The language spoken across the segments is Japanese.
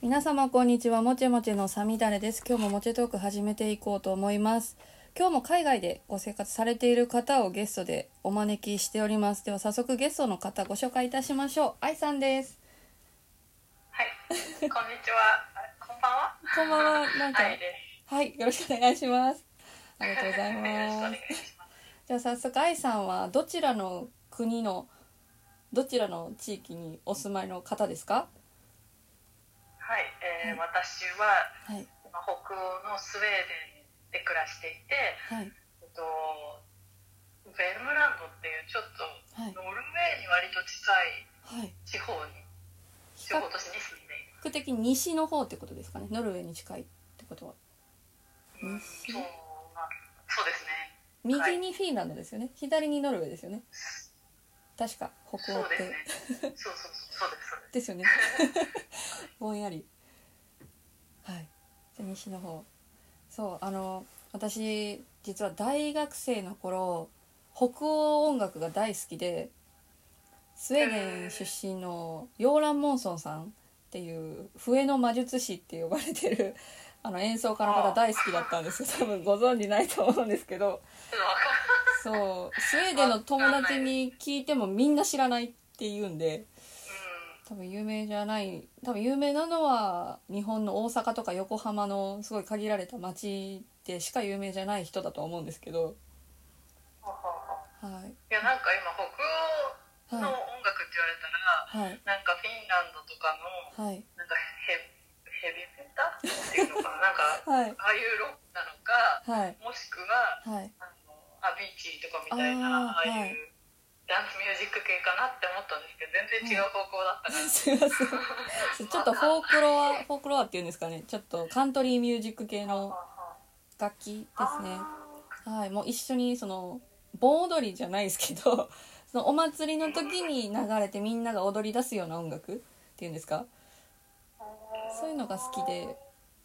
皆様こんにちは。もちもちのさみだれです。今日ももちトーク始めていこうと思います。今日も海外でご生活されている方をゲストでお招きしております。では早速ゲストの方ご紹介いたしましょう。愛さんです。 はい、こんにちは。こんばんは。 こんばんは。なんか愛です。 はい、よろしくお願いします。ありがとうございよろしくおます。 願いします。 じゃあ早速愛さんはどちらの国のどちらの地域にお住まいの方ですか？ はい、私は、 はい。 今北欧のスウェーデンで暮らしていて、 はい。 ベルムランドっていうちょっとはい。 ノルウェーに割と近いはい。 地方比較都市に住んでいる。 的西の方ってことですかね。ノルウェーに近いってことは。西？ そうですね。は右い。 にフィンランドですよね。左にノルウェーですよね。確か北欧って。 そうですね。そうですですよね。ぼんやり。はい。じゃあ西の方。そう、私実は大学生の頃北欧音楽が大好きで、スウェーデン出身のヨーラン・モンソンさんっていう笛の魔術師って呼ばれてる演奏家の方大好きだったんですよ。多分ご存じないと思うんですけど、そうスウェーデンの友達に聞いてもみんな知らないって言うんで、多分有名じゃない、多分有名なのは日本の大阪とか横浜のすごい限られた町でしか有名じゃない人だと思うんですけど、はい。 いや、なんか今北欧の音楽って言われたら、 はい。 なんかフィンランドとかの、 はい。 なんかヘビメタっていうのかな、なんか、 はい。 ああいうロックなのか、 はい。 もしくははい。 アビーチとかみたいな、ああいはい。 うダンスミュージック系かなって思ったんですけど、全然違う方向だったから、 すいません。ちょっとフォークロアっていうんですかね。ちょっとカントリーミュージック系の楽器ですね。はい。もう一緒に盆踊りじゃないですけど、そのお祭りの時に流れてみんなが踊り出すような音楽っていうんですか。そういうのが好きで。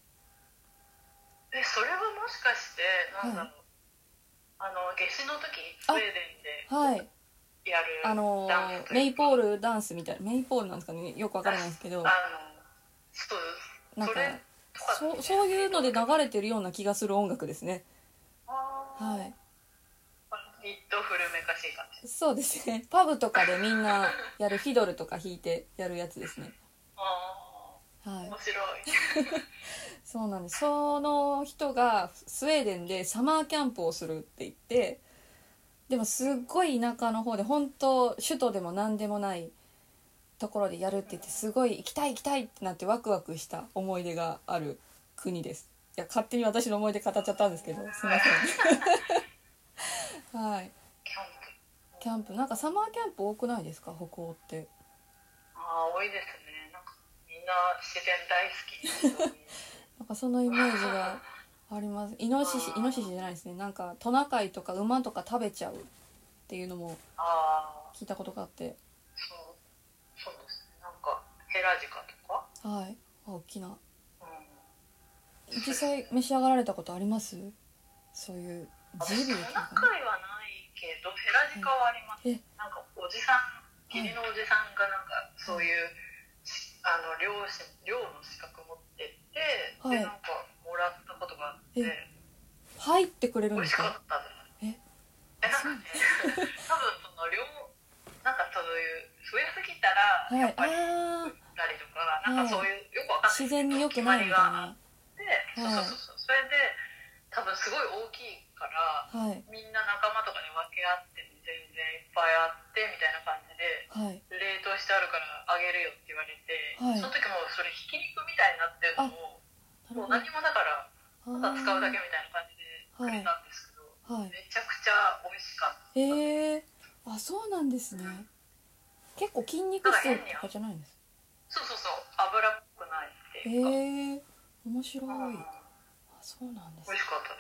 それはもしかしてなんだろう、夏至の時スウェーデンではい。 やるダンスというか、 メイポールダンスみたいな、メイポールなんですかね、よくわからないですけど、 そうなんかそれとかそういうので流れてるような気がする音楽ですね。はい。 きっと古めかしい感じ。 そうですね。パブとかでみんなやるフィドルとか弾いてやるやつですね。はい。 面白い。 そうなんです。その人がスウェーデンでサマーキャンプをするって言って、でもすっごい田舎の方で、本当首都でも何でもないところでやるって言って、すごい行きたいってなってワクワクした思い出がある国です。いや、勝手に私の思い出語っちゃったんですけど、すいません。はい。キャンプ、なんかサマーキャンプ多くないですか、北欧って。 多いですね。なんかみんな自然大好き。 なんかそのイメージがあります。イノシシじゃないですね。なんかトナカイとか馬とか食べちゃうっていうのも聞いたことがあって。 そうですね。なんかヘラジカとか。 はい。大きな。実際召し上がられたことあります？そういうジビエっていうかトナカイはないけどヘラジカはあります。なんかおじさん、義理のおじさんがなんかそういう、漁の資格持ってって、でなんかもらったことがあって、 入ってくれるんですか？ 美味しかったです。なんかね、多分なんかそういう増えすぎたらやっぱり売ったりとか、なんかそういうよくわかんない自然に良くないみたいな。 そうそれで多分すごい大きいから、みんな仲間とかに分け合って全然いっぱいあってみたいな感じで、冷凍してあるからあげるよって言われて、その時もそれひき肉みたいになってるのをもう何もだからただ使うだけみたいな感じでくれたんですけど、めちゃくちゃ美味しかった。 あ、そうなんですね。結構筋肉質とかじゃないんです。 そう油っぽくないっていうか。 面白い。あ、そうなんです。 美味しかったです。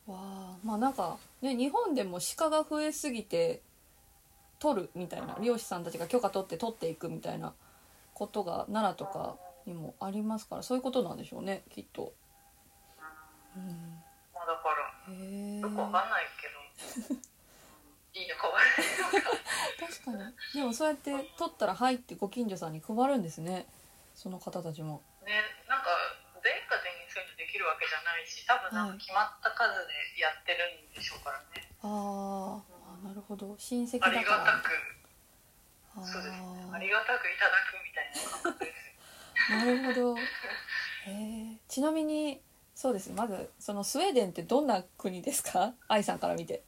わあ、まあなんかね、日本でも鹿が増えすぎて取るみたいな、漁師さんたちが許可取っていくみたいなことが奈良とかにもありますから、そういうことなんでしょうね、きっと。 まあだからよくわかんないけどいいのか悪いのか。 確かに。でもそうやって取ったら「はい」ってご近所さんに配るんですね、その方たちも。 ね、 けじゃないし、多分なんか決まった数でやってるんでしょうからね。 なるほど。親戚だからありがたく、そうですね、ありがたくいただくみたいな感覚ですなるほど。ちなみにそうです。まずそのスウェーデンってどんな国ですか？愛さんから見て。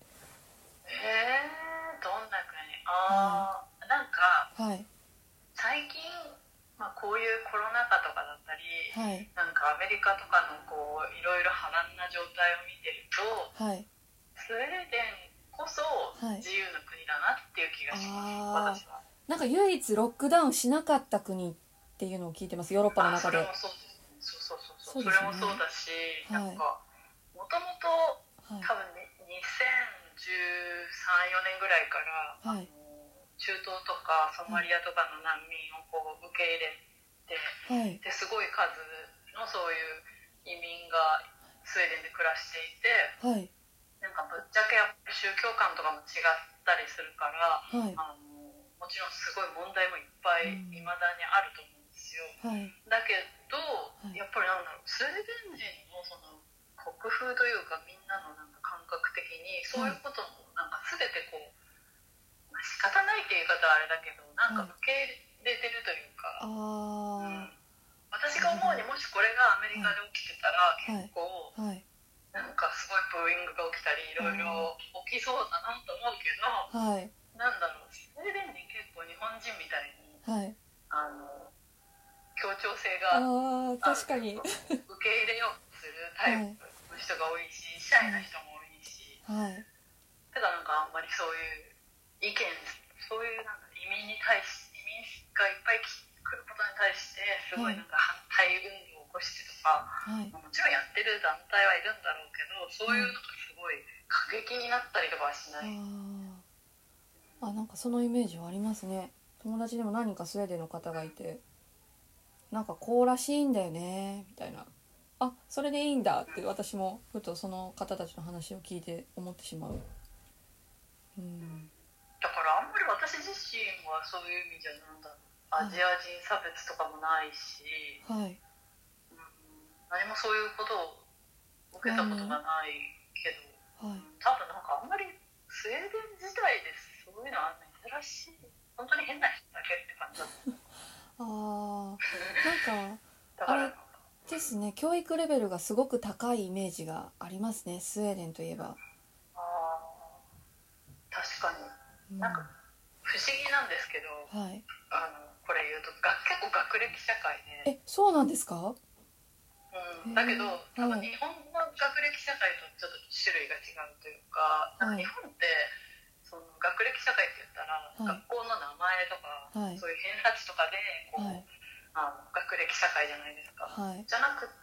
どんな国？なんか、最近、こういうコロナ禍とかだったり、なんかアメリカとかのこういろいろ波乱な状態を見てると、スウェーデンこそ自由な国だなっていう気がします、私は。 なんか唯一ロックダウンしなかった国っていうのを聞いてます、ヨーロッパの中で。 それもそうですね。それもそうだし、なんかもともと多分2013-14年ぐらいから、中東とかソマリアとかの難民をこう受け入れて、ですごい数のそういう移民がスウェーデンで暮らしていて、なんかぶっちゃけやっぱり宗教観とかも違ったりするから、もちろんすごい問題もいっぱい未だにあると思うんですよ。だけど、やっぱりなんだろう、スウェーデン人のその国風というか、みんなのなんか感覚的にそういうこともなんか全てこう、仕方ないっていう言い方はあれだけど、なんか受け入れてるというか、私が思うにもしこれがアメリカで起きてたら結構、なんかすごいブーイングが起きたりいろいろ起きそうだなと思うけど、なんだろう、スウェーデン人結構日本人みたいに、協調性が確かに受け入れようとするタイプの人が多いし、シャイな人も多いし、ただなんかあんまりそういう意見、そういうなんか移民がいっぱい来ることに対してすごいなんか反対運動を起こしてとか、もちろんやってる団体はいるんだろうけど、そういうのがすごい過激になったりとかはしない。 なんかそのイメージはありますね。友達でも何人かスウェーデンの方がいて、なんかこうらしいんだよねみたいな、それでいいんだって私もふとその方たちの話を聞いて思ってしまう。 だからあんまり私自身はそういう意味じゃなんだろう、アジア人差別とかもないし、何もそういうことを受けたことがないけど、多分なんかあんまりスウェーデン自体でそういうのは珍しい、本当に変な人だけって感じだったなんかあれですね、教育レベルがすごく高いイメージがありますね、スウェーデンといえば。 確かに、なんか不思議なんですけど、これ言うと結構学歴社会で。 そうなんですか？ だけど多分日本の学歴社会とちょっと種類が違うというか、なんか日本ってその学歴社会って言ったら、学校の名前とか、そういう偏差値とかでこう、学歴社会じゃないですか。じゃなくって、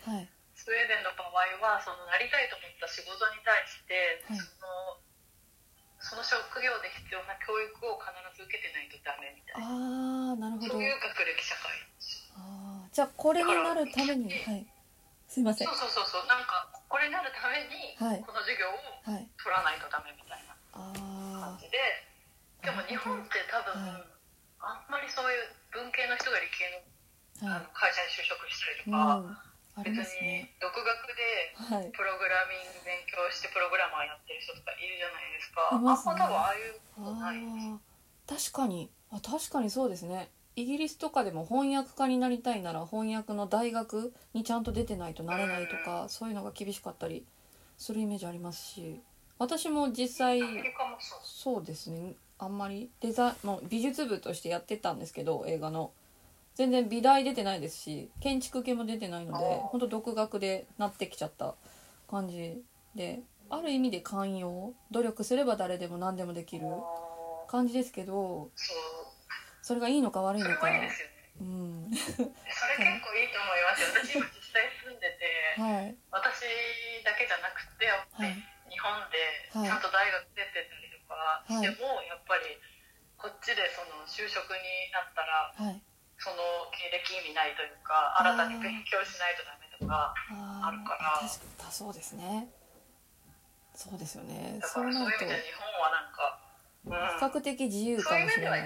スウェーデンの場合はそのなりたいと思った仕事に対して、その職業で必要な教育を必ず受けてないとダメみたいな。 なるほど。 そういう学歴社会ですよ。 じゃあこれになるために、すいません。 そうなんかこれになるためにこの授業を取らないとダメみたいな感じで、でも日本って多分、あんまりそういう文系の人が理系の、会社に就職したりとか、別に独学でプログラミング勉強してプログラマーやってる人とかいるじゃないですか。あんま多分ああいうことないです。 確かにそうですね。イギリスとかでも翻訳家になりたいなら翻訳の大学にちゃんと出てないとなれないとか、そういうのが厳しかったりするイメージありますし、私も実際そうですね、あんまりもう美術部としてやってたんですけど、映画の全然美大出てないですし建築系も出てないので、本当独学でなってきちゃった感じで、ある意味で寛容、努力すれば誰でも何でもできる感じですけど、それがいいのか悪いのか。 それもいいですよね。それ結構いいと思いますよ。私今実際住んでて、私だけじゃなくて日本でちゃんと大学出てたりとかしても、やっぱりこっちでその就職になったら、その経歴意味ないというか、新たに勉強しないとダメとかあるから。 確かそうですね。そうですよね。 だからそういう意味で日本はなんか、 比較的自由かもしれない。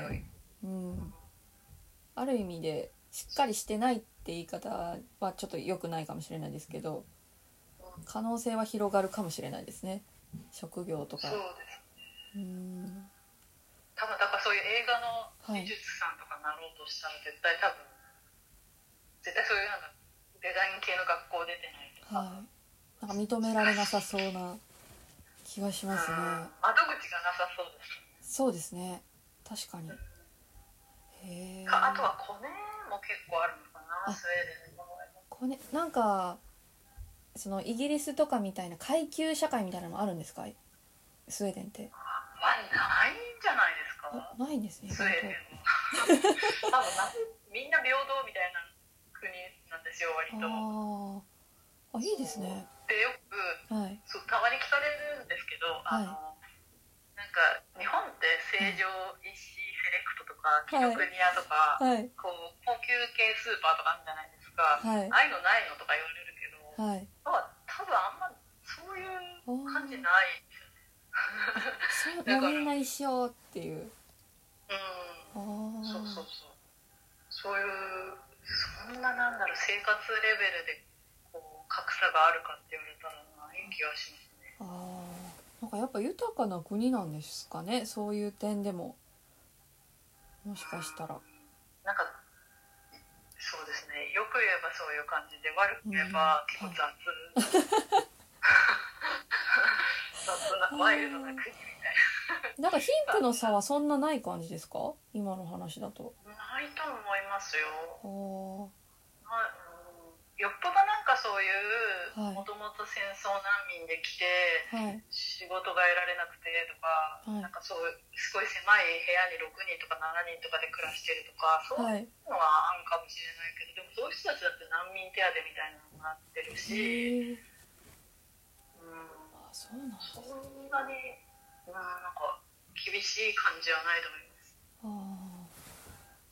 ある意味でしっかりしてないって言い方はちょっと良くないかもしれないですけど、 可能性は広がるかもしれないですね、職業とか。 そうですね。多分だからそういう映画の美術さんとかなろうとしたら絶対そういうなんかデザイン系の学校出てないとか、 なんか認められなさそうな気がしますね。 窓口がなさそうです。 そうですね、確かに。 あとはコネも結構あるのかな、スウェーデンの場合も。 コネ、なんかそのイギリスとかみたいな階級社会みたいなのもあるんですか、スウェーデンって。 ないんじゃないですか。 ないんですね、 スウェーデンは多分みんな平等みたいな国なんですよ、割と。 いいですね。 でよく、そうたまに聞かれるんですけど、なんか日本って成城石井セレクトとか紀ノ国屋とか、こう高級系スーパーとかあるんじゃないですか、ああいうのないのとか言われるけど、多分あんまそういう感じないですよね。 そう、みんな一緒っていう。 そういうそんななんだろう、生活レベルでこう格差があるかって言われたらない気がしますね。 なんかやっぱ豊かな国なんですかね、そういう点でも。もしかしたらなんかそうですね、よく言えばそういう感じで、悪く言えば結構雑なワイルドな国みたいな。なんか貧富の差はそんなない感じですか、今の話だと。 ないと思いますよ。よっぽどなんかそういうもともと戦争難民で来て、仕事が得られなくてとか、なんかそうすごい狭い部屋に6人とか7人とかで暮らしてるとか、そういうのはあるかもしれないけど、でもそういう人たちだって難民手当みたいなのもらってるし、 そうなんですね。 そんなになんか厳しい感じはないと思います。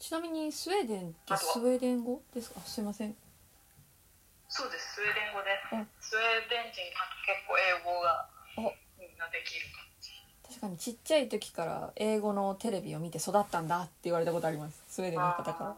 ちなみにスウェーデンってスウェーデン語ですか？すいません。 そうです、スウェーデン語です。スウェーデン人は結構英語がみんなできる感じ。 確かにちっちゃい時から英語のテレビを見て育ったんだって言われたことあります、スウェーデンの方から。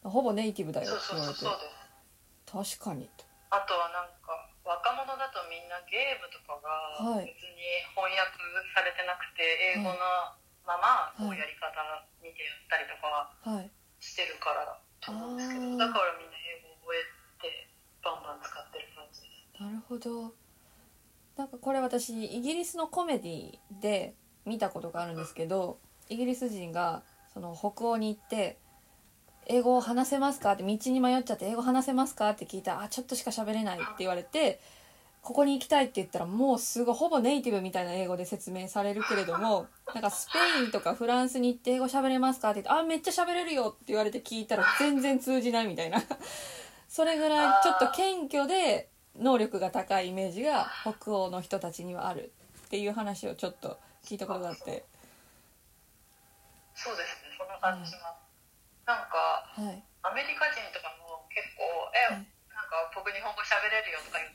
ほぼネイティブだよって言われて。確かに。 あとはなんか若者だとみんなゲームとかが別に翻訳されてなくて、英語のままこうやり方見てやったりとかしてるからと思うんですけど、だからみんな英語を覚えてバンバン使ってる感じです。 なるほど。なんかこれ私イギリスのコメディで見たことがあるんですけど、イギリス人がその北欧に行って英語を話せますかって、道に迷っちゃって英語話せますかって聞いたら、ちょっとしか喋れないって言われて、ここに行きたいって言ったらもうすごいほぼネイティブみたいな英語で説明されるけれども、なんかスペインとかフランスに行って英語喋れますかって言って、めっちゃ喋れるよって言われて聞いたら全然通じないみたいなそれぐらいちょっと謙虚で能力が高いイメージが北欧の人たちにはあるっていう話をちょっと聞いたことがあって。 そうですね、そんな感じします。なんか、アメリカ人とかも結構なんか僕日本語喋れるよとか言って、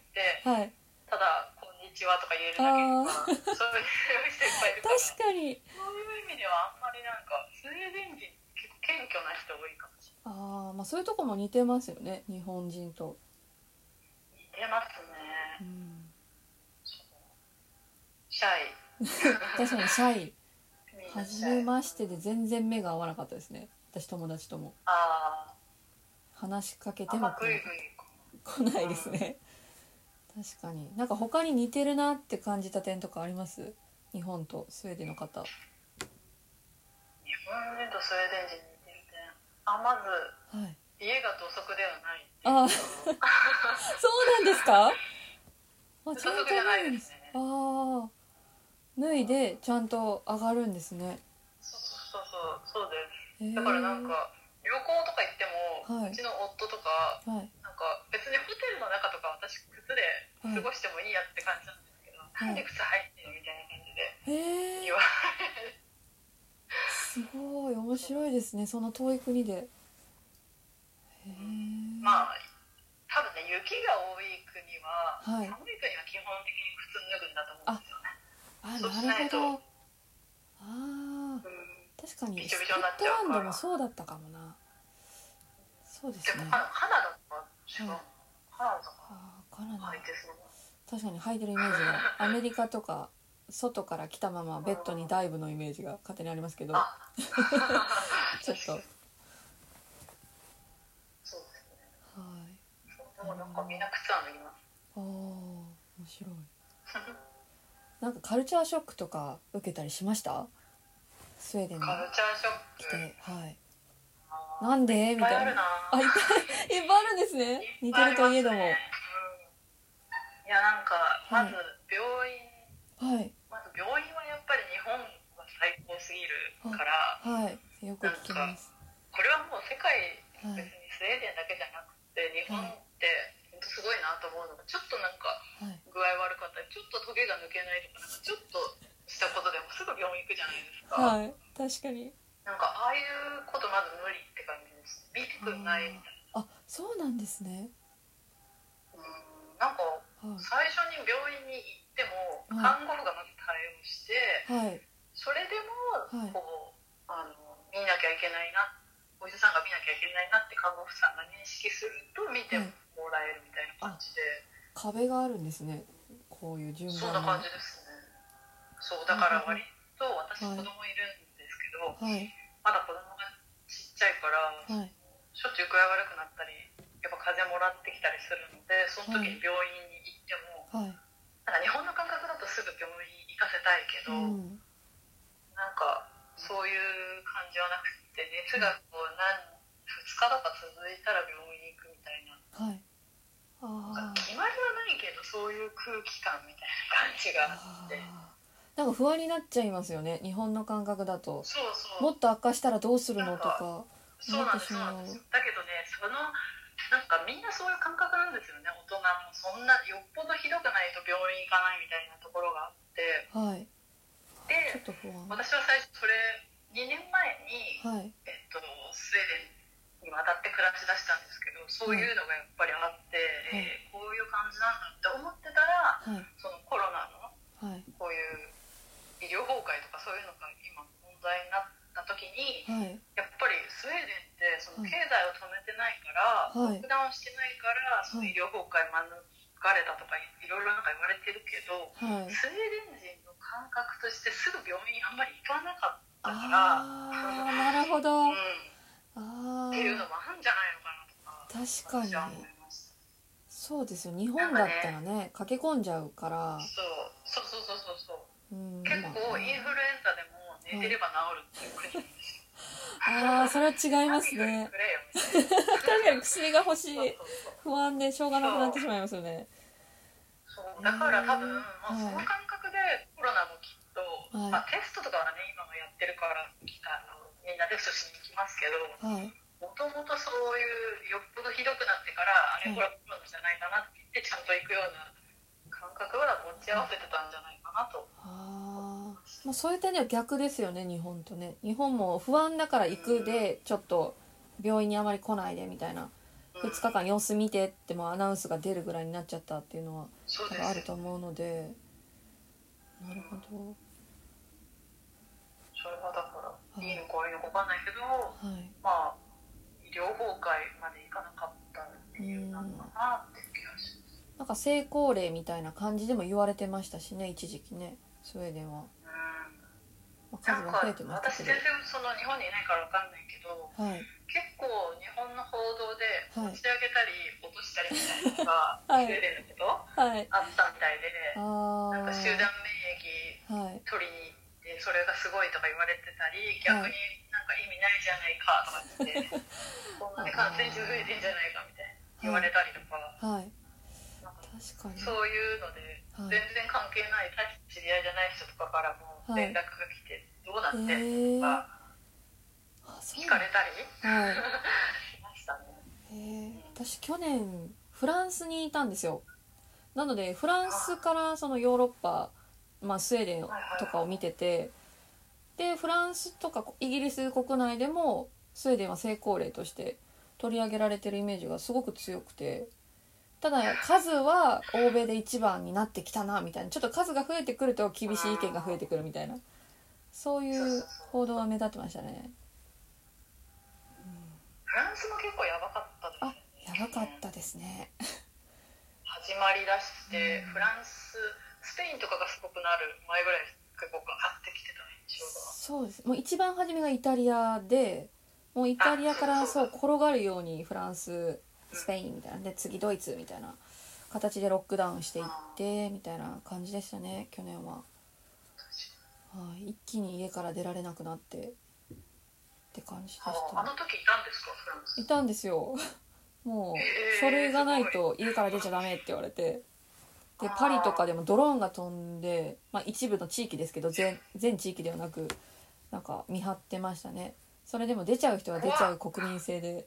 ただこんにちはとか言えるだけとか、そういう人いっぱいいるから、 確かにそういう意味ではあんまりなんかスウェーデン人結構謙虚な人多いかもしれない。 まあそういうとこも似てますよね、日本人と。 似てますね。シャイ確かにシャイ。初めましてで全然目が合わなかったですね、私友達とも。話しかけても来ないですね。確かに。なんか他に似てるなって感じた点とかあります？日本とスウェーデンの方。 日本人とスウェーデン人に似てる点、まず、家が土足ではない。 そうなんですか？ 土足じゃないですね。 脱いでちゃんと上がるんですね。 そうです。だからなんか旅行とか行っても、うちの夫とか、なんか別にホテルの中とか私靴で過ごしてもいいやって感じなんですけど、なんで靴履いてるみたいな感じで言われる。 すごい面白いですね、その遠い国で。 まあ多分ね、雪が多い国は、寒い国は基本的に靴脱ぐんだと思うんですよね。 なるほど。確かにスコットランドもそうだったかもな。そうですね。 でもカナダとか違う。カナダとか履いてそう。 確かに履いてるイメージがアメリカとか外から来たままベッドにダイブのイメージが勝手にありますけどちょっとそうですね。はい。でもなんかみんな靴は脱ぎます。 面白いなんかカルチャーショックとか受けたりしました？スウェーデンにカルチャーショック来て、はい、なんでみたいな。あ、いっぱいあるんですね。似てるといえども。いやなんかまず病院、 はい、 まず病院はやっぱり日本は最高すぎるから、 はい、よく聞きます。 これはもう世界、別にスウェーデンだけじゃなくて日本って本当すごいなと思うのが、ちょっとなんか具合悪かったり、ちょっとトゲが抜けないとか、なんかちょっとしたことでもすぐ病院行くじゃないですか。 はい、確かに。 なんかああいうことまず無理って感じです。見てくんないみたいな。 あ、そうなんですね。 なんか最初に病院に行っても看護婦がまず対応して、はい、それでもこう見なきゃいけないな、お医者さんが見なきゃいけないなって看護婦さんが認識すると見てもらえるみたいな感じで、 壁があるんですね、こういう順番に。 そんな感じですね。そうだから割と私子供いるんですけど、はい、まだ子供がちっちゃいから、はい、しょっちゅう具合悪くなったりやっぱ風邪もらってきたりするので、その時に病院に行っても、はい、なんか日本の感覚だとすぐ病院行かせたいけど、なんかそういう感じはなくて、熱がこう2日とか続いたら病院行くみたいな、はい、決まりはないけどそういう空気感みたいな感じがあって、 なんか不安になっちゃいますよね、日本の感覚だと。 そうそう、 もっと悪化したらどうするのとか。 そうなんです、そうなんです。だけどね、なんかみんなそういう感覚なんですよね。大人もそんなよっぽどひどくないと病院行かないみたいなところがあって、はい、でちょっと不安。私は最初それ2年前に、はい、スウェーデンに渡って暮らしだしたんですけど、そういうのがやっぱりあって、はい、こういう感じなんだって思ってたら、はい、そのコロナの、はい、こういう医療崩壊とかそういうのが今問題になった時に、はい、やっぱりスウェーデンってその経済を止めてないから、はい、ロックダウンしてないから、その医療崩壊免れたとかいろいろなんか言われてるけど、はい、スウェーデン人の感覚としてすぐ病院あんまり行かなかったから、 なるほど、 っていうのもあるんじゃないのかなとか。確かにそうですよ、日本だったらね駆け込んじゃうから。 そう、結構インフルエンザでも寝てれば治るっていう国なんですよ。 それは違いますね。確かに薬が欲しい。不安でしょうがなくなってしまいますよね。 そうだから多分、その感覚でコロナもきっと、テストとかはね今もやってるからみんなテストしに行きますけど、もともとそういうよっぽどひどくなってからあれこれコロナじゃないかなって言ってちゃんと行くような感覚は持ち合わせてたんじゃないかなと。 そういう点では逆ですよね、日本とね。日本も不安だから行くでちょっと病院にあまり来ないでみたいな、2日間様子見てってもアナウンスが出るぐらいになっちゃったっていうのは多分あると思うので。なるほど。 それはだからいいのか悪いのか分かんないけど、まあ医療崩壊までいかなかったっていうのかなっていう気がします。 なんか成功例みたいな感じでも言われてましたしね、一時期ね、スウェーデンは。 数が増えてましたけど、私全然その日本にいないから分かんないけど、結構日本の報道で持ち上げたり落としたりみたいなのがスウェーデンのことあったみたいで、なんか集団免疫取りに行ってそれがすごいとか言われてたり、逆になんか意味ないじゃないかとか言ってこんなに感染者増えてんじゃないかみたいな言われたりとか、確かにそういうので全然関係ない知り合いじゃない人とかからも連絡が来てどうなってんのとか聞かれたりしましたね。 私去年フランスにいたんですよ。なのでフランスからそのヨーロッパ、スウェーデンとかを見てて、でフランスとかイギリス国内でもスウェーデンは成功例として取り上げられてるイメージがすごく強くて、ただ数は欧米で一番になってきたなみたいな、ちょっと数が増えてくると厳しい意見が増えてくるみたいな、そういう報道は目立ってましたね。 フランスも結構やばかったですね。 やばかったですね。 初始まりだして、フランススペインとかがすごくなる前ぐらい結構ガーってきてた印象が。 そうです。もう一番初めがイタリアで、もうイタリアからそう転がるようにフランススペインみたいなで次ドイツみたいな形でロックダウンしていってみたいな感じでしたね去年は。はい、一気に家から出られなくなってって感じでした。 あの時いたんですかフランス。 いたんですよもう書類がないと家から出ちゃダメって言われて、でパリとかでもドローンが飛んで、まあ、一部の地域ですけど全地域ではなくなんか見張ってましたね。それでも出ちゃう人は出ちゃう国民性で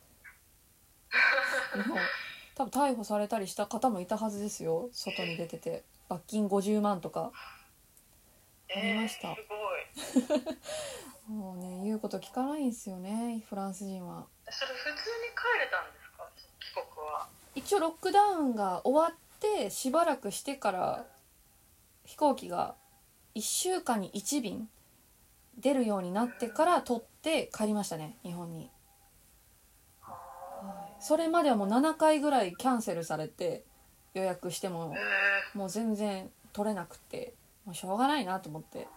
もう多分逮捕されたりした方もいたはずですよ。外に出てて罰金50万とかありました。 すごいもうね言うこと聞かないんですよねフランス人は。 それ普通に帰れたんですか帰国は。 一応ロックダウンが終わってしばらくしてから飛行機が1週間に1便出るようになってから取って帰りましたね日本に。それまではもう7回ぐらいキャンセルされて予約してももう全然取れなくてもうしょうがないなと思って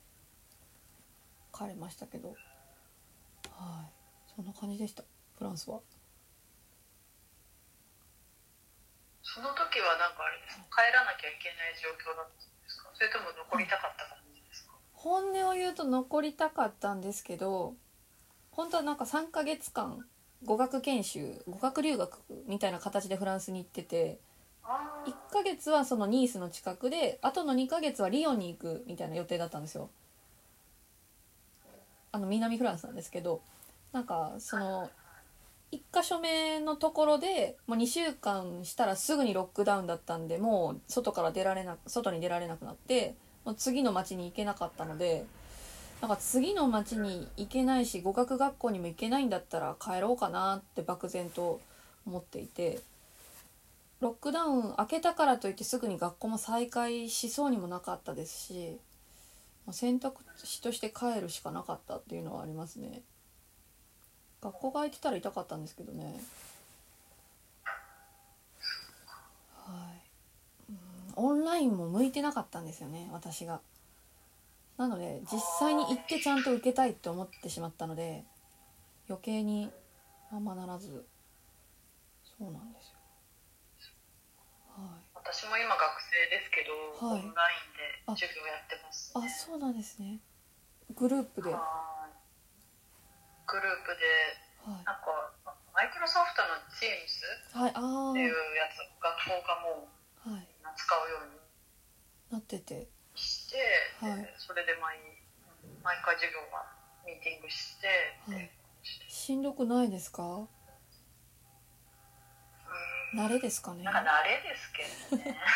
帰れましたけど、はい、そんな感じでしたフランスは。 その時はなんかあれですか帰らなきゃいけない状況だったんですかそれとも残りたかった感じですか。 本音を言うと残りたかったんですけど本当はなんか3ヶ月間語学研修語学留学みたいな形でフランスに行ってて1ヶ月はそのニースの近くであとの2ヶ月はリヨンに行くみたいな予定だったんですよ。南フランスなんですけどなんかその1箇所目のところでもう2週間したらすぐにロックダウンだったんでもう外に出られなくなってもう次の町に行けなかったのでなんか次の町に行けないし語学学校にも行けないんだったら帰ろうかなって漠然と思っていてロックダウン明けたからといってすぐに学校も再開しそうにもなかったですし選択肢として帰るしかなかったっていうのはありますね。学校が空いてたら痛かったんですけどね。はい、オンラインも向いてなかったんですよね私が。なので実際に行ってちゃんと受けたいって思ってしまったので余計にあんまならずそうなんですよ。はい、 私も今学生ですけど、はい、オンラインで授業やってます、 ね、あ、そうなんですね。グループで。 グループで、はい、なんかマイクロソフトの Teams っていうやつ、学校がもう、はい、使うようになっててして、はい、それで毎回授業がミーティングして、はい、 しんどくないですか？慣れですかね。 なんか慣れですけどね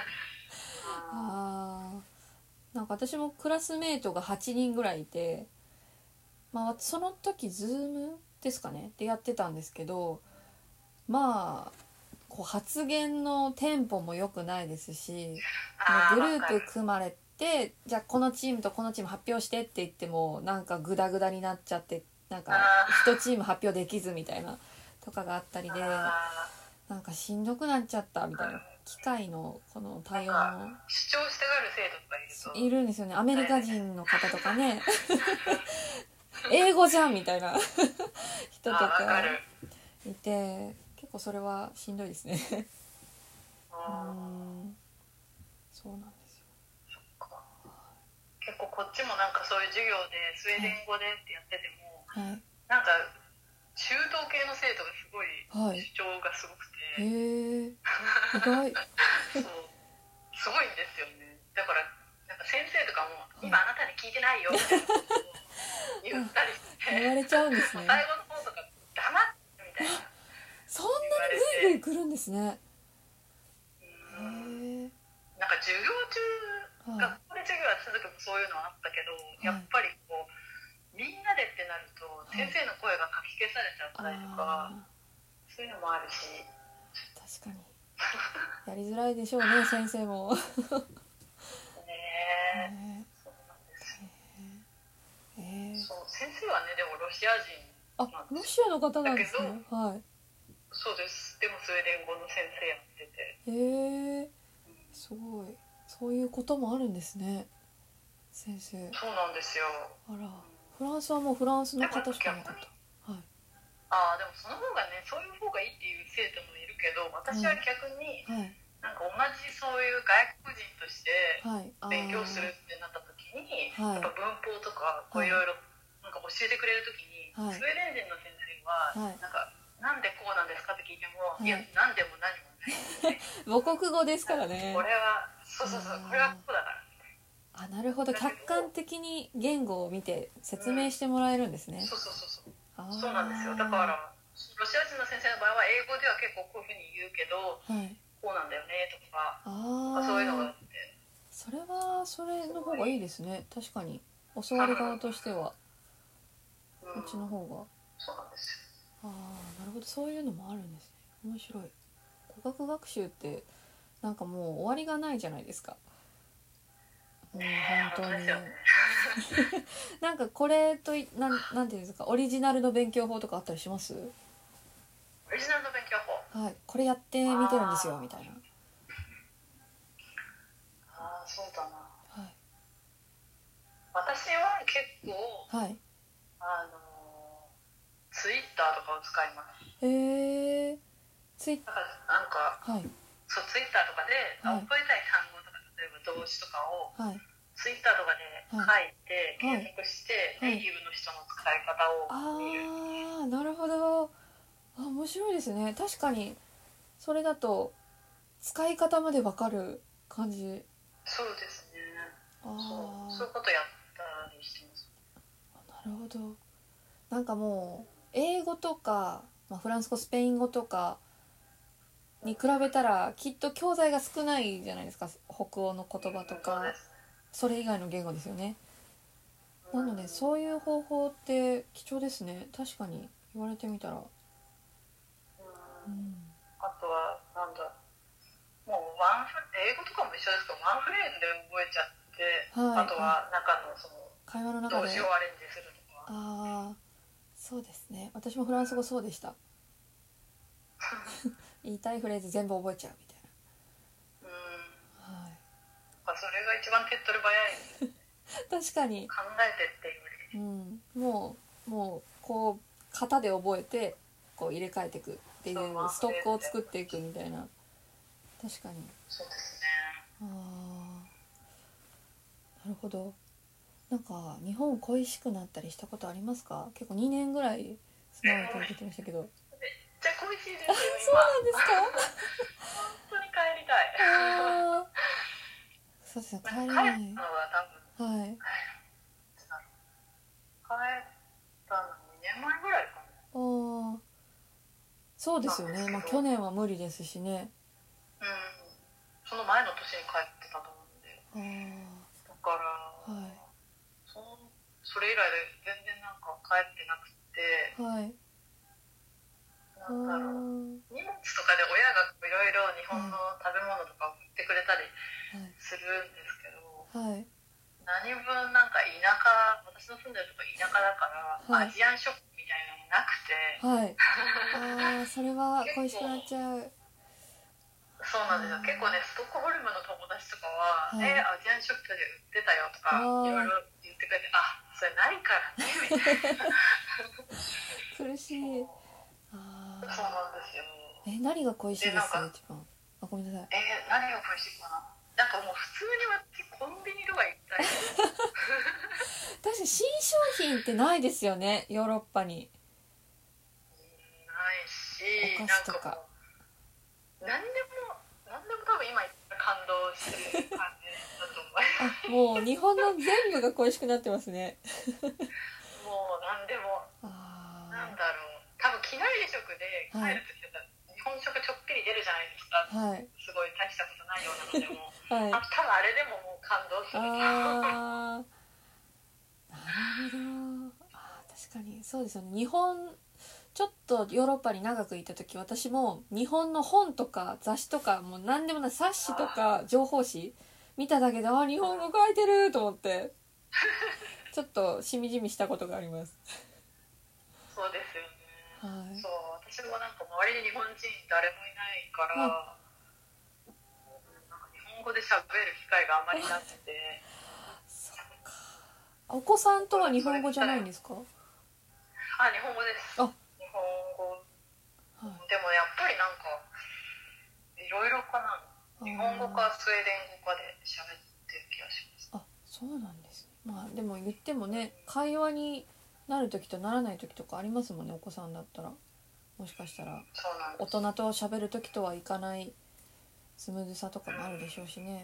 なんか私もクラスメートが8人ぐらいいて、まあ、その時ズームですかねでやってたんですけどまあこう発言のテンポも良くないですしグループ組まれてじゃあこのチームとこのチーム発表してって言ってもなんかグダグダになっちゃってなんか1チーム発表できずみたいなとかがあったりでなんかしんどくなっちゃったみたいな機械のこの対応の主張したがる生徒とかいるんですよね。アメリカ人の方とかね英語じゃんみたいな人とかいて結構それはしんどいですねそうなんですよ。 そっか。結構こっちもなんかそういう授業でスウェーデン語でってやってても、はい、なんか中東系の生徒がすごい主張がすごくて、 はい、へえ意外そうすごいんですよね。だからなんか先生とかも、はい、今あなたに聞いてないよみたいなことを言ったりして言われちゃうんですね最後の方とか黙ってみたいなそんなにグイグイ来るんですね。 なんか授業中、学校で授業は続くそういうのはあったけど、やっぱりこうみんなでってなると先生の声がかき消されちゃったりとか、そういうのもあるし確かにやりづらいでしょうね先生もそうなんですそう先生はねでもロシア人ロシアの方なんですね。はいそうです。でもスウェーデン語の先生やってて。 へえ、すごい。そういうこともあるんですね、先生。 そうなんですよ。 あら、フランスはもうフランスの方しかなかった。はい。 ああ、でもその方がね、そういう方がいいっていう生徒もいるけど、私は逆に、はい、なんか同じそういう外国人として勉強するってなった時に、はい、やっぱ文法とかこういろいろなんか教えてくれる時に、はい、スウェーデン人の先生は、はい、なんでこうなんですかって聞いても、はい、いや、なんでも何もない、ね、 母国語ですからね。 これはそうそうそう、これはこうだから。 あ、なるほど。客観的に言語を見て説明してもらえるんですね。 そうそうそうそう。そうなんですよ。だからロシア人の先生の場合は英語では結構こういうふうに言うけど、はい、こうなんだよねとか、そういうのがあって。 それはそれの方がいいですね。確かに教わる側としては、こっちの方が。 そうなんですよ。 ああ、なるほど。そういうのもあるんですね。面白い。語学学習ってなんかもう終わりがないじゃないですか。本当に。なんかこれとなんていうんですか、オリジナルの勉強法とかあったりします？ オリジナルの勉強法。 はい、これやってみてるんですよみたいな。 ああ、そうだな。はい。私は結構、はい。ツイッターとかを使います。 へえ。ツイッター。 なんか、はい。そう、ツイッターとかで、はい、覚えたい単語とか、例えば動詞とかを、はい、ツイッターとかで書いて、はい、検索して、はい、ネイティブの人の使い方を見る。 ああ、なるほど。あ、面白いですね。確かにそれだと使い方までわかる感じ。 そうですね。そういうことやったりしてます。 なるほど。なんかもう英語とか、フランス語、スペイン語とかに比べたらきっと教材が少ないじゃないですか。北欧の言葉とか、それ以外の言語ですよね。なのでそういう方法って貴重ですね。確かに言われてみたら。 あとはなんだ、もう英語とかも一緒ですけど、ワンフレーズで覚えちゃって、はい、あとは中のその会話の中で動詞をアレンジするとか。 ああ、そうですね。私もフランス語そうでした言いたいフレーズ全部覚えちゃうみたいな。はい。 それが一番手っ取り早い確かに考えてっていうより、もうこう型で覚えてこう入れ替えていくっていうストックを作っていくみたいな。確かにそうですね。 なるほど。なんか日本恋しくなったりしたことありますか？結構2年ぐらい住まわれてるって言ってましたけど。 めっちゃ恋しいですよ今。 そうなんですか？ 本当に帰りたい。 そうですね、帰れない。 帰ったのは多分、はい、帰ったの2年前ぐらいかな。 そうですよね。去年は無理ですしね。 その前の年に帰ってたと思うんで。だから、はい、それ以来で全然なんか帰ってなくて、はい、なんだろう、荷物とかで親がいろいろ日本の食べ物とか送ってくれたりするんですけど、はい、何分なんか私の住んでるとこ田舎だから、はい、アジアンショップみたいなのなくて、はい、それは恋しくなっちゃう。 そうなんですよ。結構ね、ストックホルムの友達とかは、はい、アジアンショップで売ってたよとかいろいろ言ってくれて、それないからねみたいな。 苦しい。 そうなんですよ。 何が恋しいですか一番？ごめんなさい。 何が恋しいかな。なんかもう普通に私コンビニとか行きたい。 確かに新商品ってないですよね、ヨーロッパに。 ないし、 お菓子とか。 何でも多分今感動してる感じだと思います。もう日本の全部が恋しくなってますね。 もう何でも。なんだろう。多分機内食で帰るときだったら、日本食ちょっぴり出るじゃないですか。はい、すごい大したことないようなのでも。はい、多分あれでももう感動する。 なるほど。確かにそうですよね。日本ちょっとヨーロッパに長くいた時、私も日本の本とか雑誌とかもう何でもない冊子とか情報誌見ただけで日本語書いてると思ってちょっとしみじみしたことがあります。 そうですよね。はい、そう、 私もなんか周りに日本人誰もいないから、なんか日本語で喋る機会があまりなくて。 そっか。お子さんとは日本語じゃないんですか？ あ、日本語です。 あ、 日本語、でもやっぱりなんかいろいろかな。日本語かスウェーデン語かで喋ってる気がします。 あ、そうなんですね。まあでも言ってもね、会話になる時とならない時とかありますもんね、お子さんだったら。もしかしたら大人と喋る時とはいかないスムーズさとかもあるでしょうしね。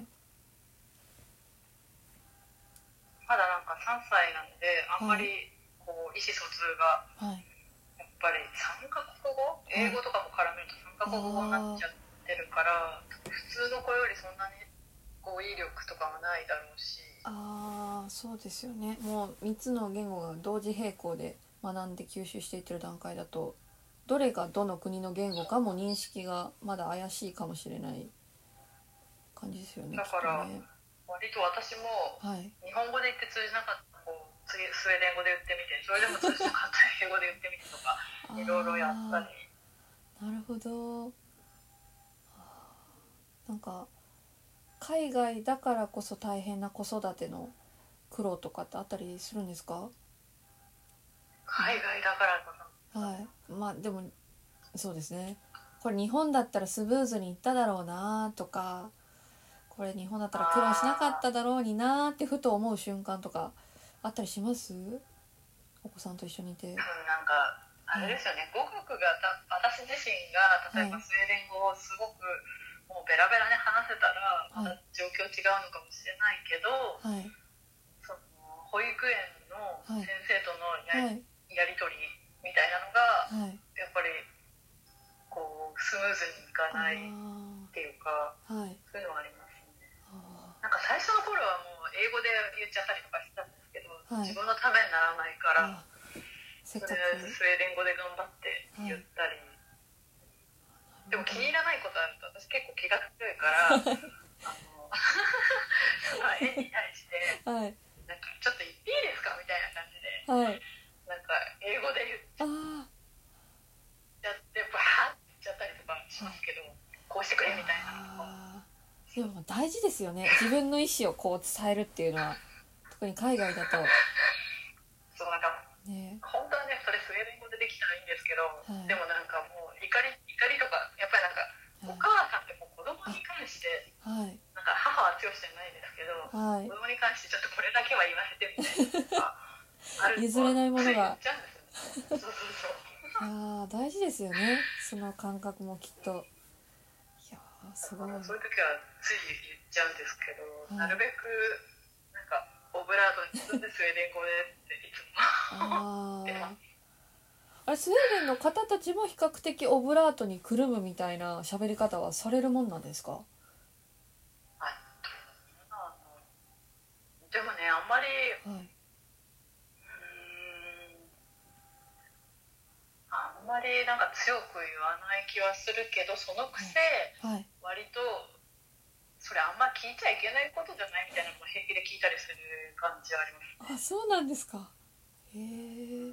まだなんか3歳なのであんまりこう意思疎通がやっぱり3カ国語、英語とかも絡めると3カ国語になっちゃってるから、普通の子よりそんなに語彙力とかもないだろうし。 ああ、そうですよね。もう3つの言語が同時並行で学んで吸収していってる段階だと、どれがどの国の言語かも認識がまだ怪しいかもしれない感じですよね。 だから割と私も日本語で言って通じなかった子、次スウェーデン語で言ってみて、それでも通じなかったら英語で言ってみてとかいろいろやったり。 なるほど。なんか海外だからこそ大変な子育ての苦労とかってあったりするんですか？ 海外だからこそ。 はい。まあでもそうですね。これ日本だったらスムーズにいっただろうなとか、これ日本だったら苦労しなかっただろうになってふと思う瞬間とかあったりします？お子さんと一緒にいて。 なんかあれですよね、語学が私自身が例えばスウェーデン語をすごくもうベラベラに話せたらまた状況違うのかもしれないけど、その保育園の先生とのやり取りみたいなのがやっぱりこうスムーズにいかないっていうか、そういうのはありますね。なんか最初の頃はもう英語で言っちゃったりとかしてたんですけど、自分のためにならないからとりあえずスウェーデン語で頑張って言ったり、でも気に入らないことあると私結構気が強いから園に対して、なんかちょっと言っていいですかみたいな感じで、なんか英語で言っちゃってバーって言っちゃったりとかしますけど、こうしてくれみたいな。 でも大事ですよね、自分の意思をこう伝えるっていうのは。特に海外だとそうなんか、本当はねそれスウェーデン語でできたらいいんですけど、でもなんかもう怒りとかやっぱりなんか、お母さんってもう子供に関して、なんか母は強しじゃないですけど、子供に関してちょっとこれだけは言わせてみたいなのがあると譲れないものが言っちゃうんですよね。そうそうそう。 大事ですよね、その感覚もきっと。いやすごい。 そういう時はつい言っちゃうんですけど、なるべくなんかオブラートに包んでスウェーデン語でっていつもあれスウェーデンの方たちも比較的オブラートにくるむみたいな喋り方はされるもんなんですか？ でもね、あんまり、あんまりなんか強く言わない気はするけど、そのくせ、割とそれあんま聞いちゃいけないことじゃないみたいなのも平気で聞いたりする感じはありますね。 あ、そうなんですか。へえ。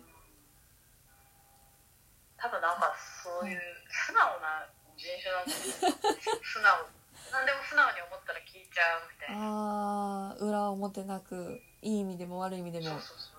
多分なんかそういう素直な人種なんですよ。何でも素直に思ったら聞いちゃうみたいな。 裏表なく、いい意味でも悪い意味でも。 なん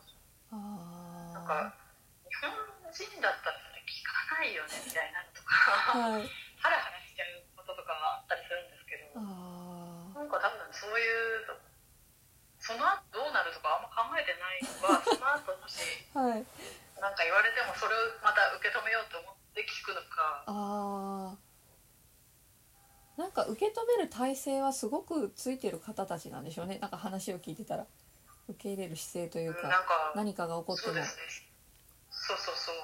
か日本人だったらそれ聞かないよねみたいなのとか、ハラハラしちゃうこととかはあったりするんですけど、なんか多分そういうその後どうなるとかあんま考えてないのは、その後もしなんか言われてもそれをまた受け止めようと思って聞くのか。 なんか受け止める体制はすごくついてる方たちなんでしょうね。なんか話を聞いてたら受け入れる姿勢というか、何かが起こっても。 そうですね。そうそうそう。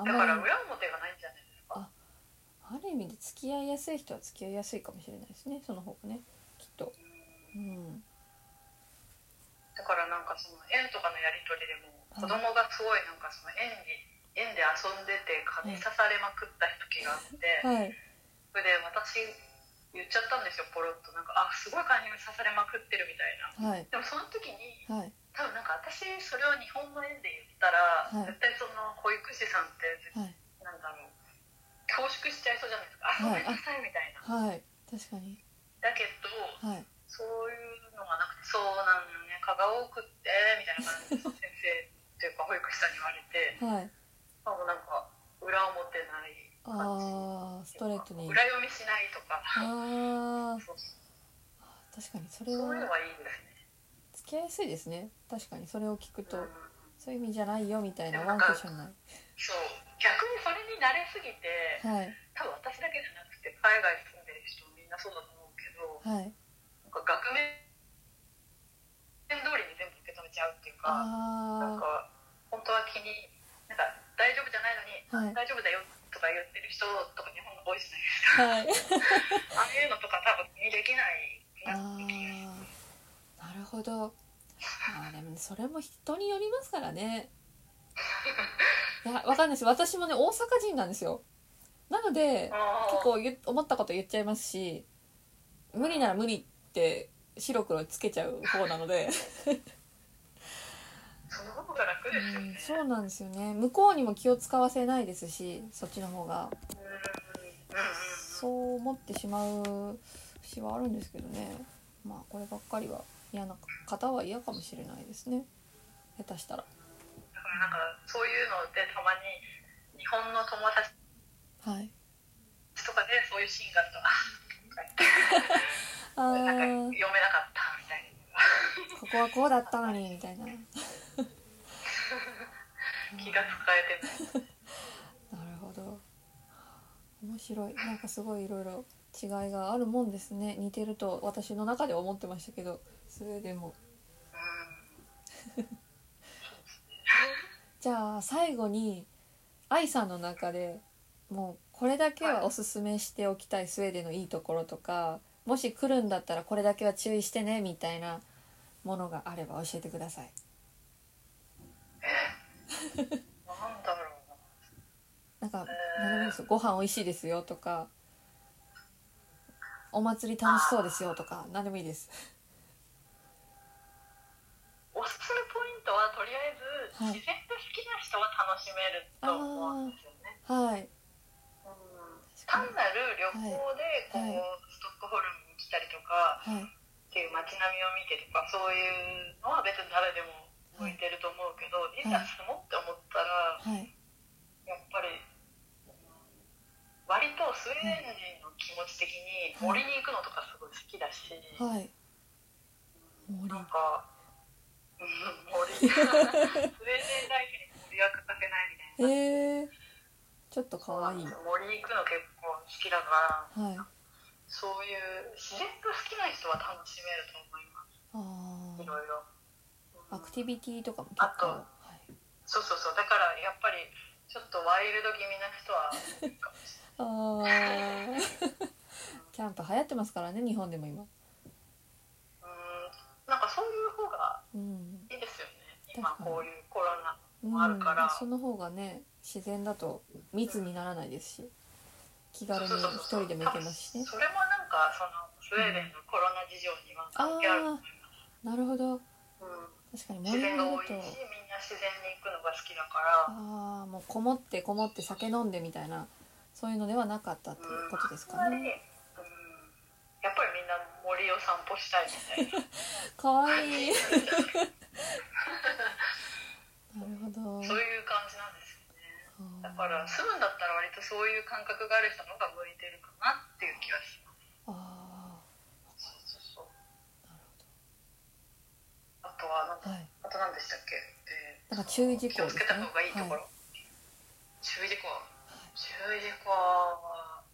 だから裏表がないんじゃないですか。 ある意味で付き合いやすい人は付き合いやすいかもしれないですね。その方がね、きっと。 だからなんかその園とかのやり取りでも、子供がすごいなんかその園で遊んでて蚊に刺されまくった時があって、それで私言っちゃったんですよ、ポロッと。なんかすごい蚊に刺されまくってるみたいな。でもその時に、多分なんか私それを日本の園で言ったら、絶対その保育士さんって、なんだろう、 恐縮しちゃいそうじゃないですか、あ、ごめんなさいみたいな。 はい、確かに。 だけど、はい、そういうのがなくて、そうなのね、蚊が多くってみたいな感じで先生というか保育士さんに言われて、はい、もうなんか裏表ない感じ、ストレートに裏読みしないとか、そう確かにそれはそういうのはいいですね。 つきやすいですね。確かにそれを聞くと、そういう意味じゃないよみたいなワンクッションない。 そう、逆にそれに慣れすぎて、はい、多分私だけじゃなくて海外に住んでる人みんなそうだと思うけど、はい、なんか額面通りに全部受け止めちゃうっていうか、なんか本当はなんか大丈夫じゃないのに、はい、大丈夫だよとか言ってる人とか日本の多いじゃないですか、はい、ああいうのとか多分できないなって気がする。 なるほど。でもそれも人によりますからね。いや、わかんないです。私もね、大阪人なんですよ。なので結構思ったこと言っちゃいますし、無理なら無理って白黒つけちゃう方なのでその方が楽ですよね。 そうなんですよね。向こうにも気を使わせないですし、そっちの方がそう思ってしまう節はあるんですけどね。まあこればっかりは嫌な方は嫌かもしれないですね、下手したら。 だからなんかそういうのでたまに日本の友達とかでそういうシーンがあるとなんか読めなかったみたいなここはこうだったのにみたいな気が使えてないなるほど、面白い。なんかすごいいろいろ違いがあるもんですね。似てると私の中では思ってましたけど、スウェーデンもじゃあ最後に愛さんの中でもうこれだけはおすすめしておきたいスウェーデンのいいところとか、もし来るんだったらこれだけは注意してねみたいなものがあれば教えてください。 なんだろうな。なんか何でもいいですよ。ご飯美味しいですよとか、お祭り楽しそうですよとか、何でもいいです。 おすすめポイントはとりあえず、自然が好きな人は楽しめると思うんですよね。はい。単なる旅行でこう、ストックホルムに来たりとか、っていう街並みを見てとか、そういうのは別に誰でも向いてると思うけど、いざ住もうって思ったら、やっぱり割とスウェーデン人の気持ち的に森に行くのとかすごい好きだし、なんか森スウェーデンライフに森は欠かせないみたいな、 ちょっとかわいい。 森に行くの結構好きだから、そういう自然が好きな人は楽しめると思います。いろいろアクティビティとかも結構、 そうだからやっぱりちょっとワイルド気味な人はいいかもしれないキャンプ流行ってますからね、日本でも今。 なんかそういう方がいいですよね、今こういうコロナもあるから、 その方がね、自然だと密にならないですし、気軽に一人でも行けますしね。 それもなんかそのスウェーデンのコロナ事情には関係あると思います。 なるほど、確かに自然が多いし、みんな自然に行くのが好きだから、 もうこもって酒飲んでみたいな、そういうのではなかったっていうことですかね。 やっぱりみんな森を散歩したいみたいなかわいいなるほど、 そういう感じなんですよね。だから住むんだったら割とそういう感覚がある人の方が向いてるかなっていう気がします。そうなるほど。あとはなんか、あと何でしたっけ、 なんか注意事項ですね。 気をつけた方がいいところ、注意事項は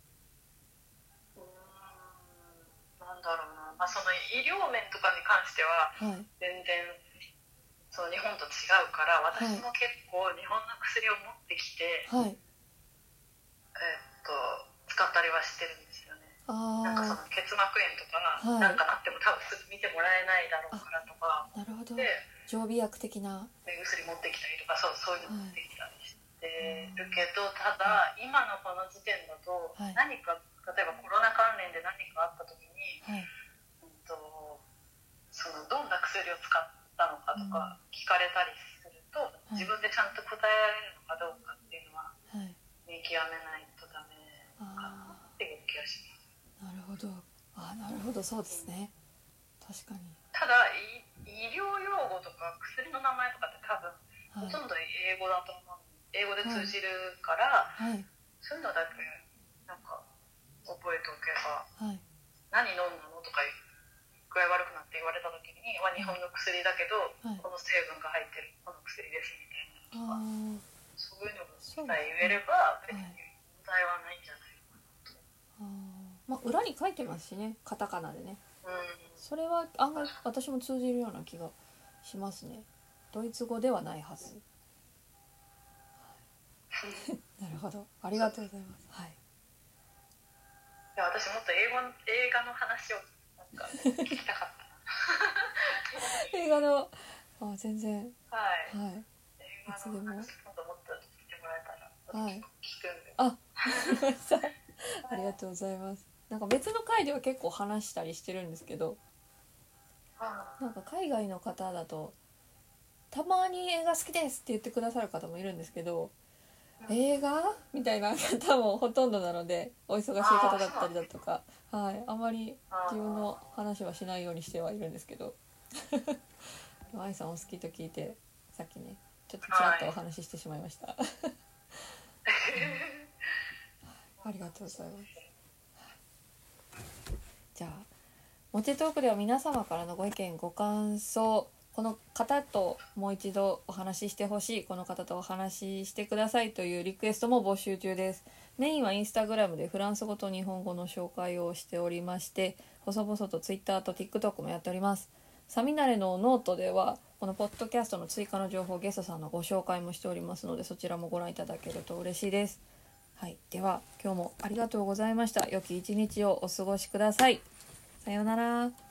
なんだろうな、その医療面とかに関しては全然その日本と違うから、私も結構日本の薬を持ってきて、使ったりはしてるんですよね。なんかその結膜炎とかなんかなっても多分すぐ見てもらえないだろうからとか、 なるほど、常備薬的な目薬持ってきたりとか、そういうの持ってきたりしてるけど、ただ今のこの時点だと何か例えばコロナ関連で何かあった時に、そのどんな薬を使ったのかとか聞かれたりすると、自分でちゃんと答えられるのかどうかっていうのは見極めないとダなっていう気がします。なるほど。なるほど、そうですね。確かに。 ただ医療用語とか薬の名前とかって多分、ほとんど英語だと思う。英語で通じるから、そういうのだけなんか覚えておけば、何飲んだのとか具合悪くなって言われた時に、日本の薬だけど、この成分が入ってるこの薬ですみたいなのとか、そういうのさえ言えれば別に問題はないんじゃないかなと。 裏に書いてますしね、カタカナでね。それは案外私も通じるような気がしますね。ドイツ語ではないはず。なるほど、ありがとうございます。はい。いや、私もっと映画の話をなんか聞きたかった映画の全然はい、 映画の話もっと聞いてもらえたら、聞くんで。 ありがとうございます。なんか別の回では結構話したりしてるんですけど、なんか海外の方だとたまに映画好きですって言ってくださる方もいるんですけど、映画みたいな方もほとんどなので、お忙しい方だったりだとか、あまり自分の話はしないようにしてはいるんですけど愛さんお好きと聞いて、さっきねちょっとちらっとお話ししてしまいましたありがとうございます。じゃあモテトークでは皆様からのご意見ご感想、この方ともう一度お話ししてほしい、この方とお話ししてくださいというリクエストも募集中です。メインはインスタグラムでフランス語と日本語の紹介をしておりまして、細々とツイッターと TikTok もやっております。サミナレのノートではこのポッドキャストの追加の情報、ゲストさんのご紹介もしておりますので、そちらもご覧いただけると嬉しいです。はい、では今日もありがとうございました。良き一日をお過ごしください。さようなら。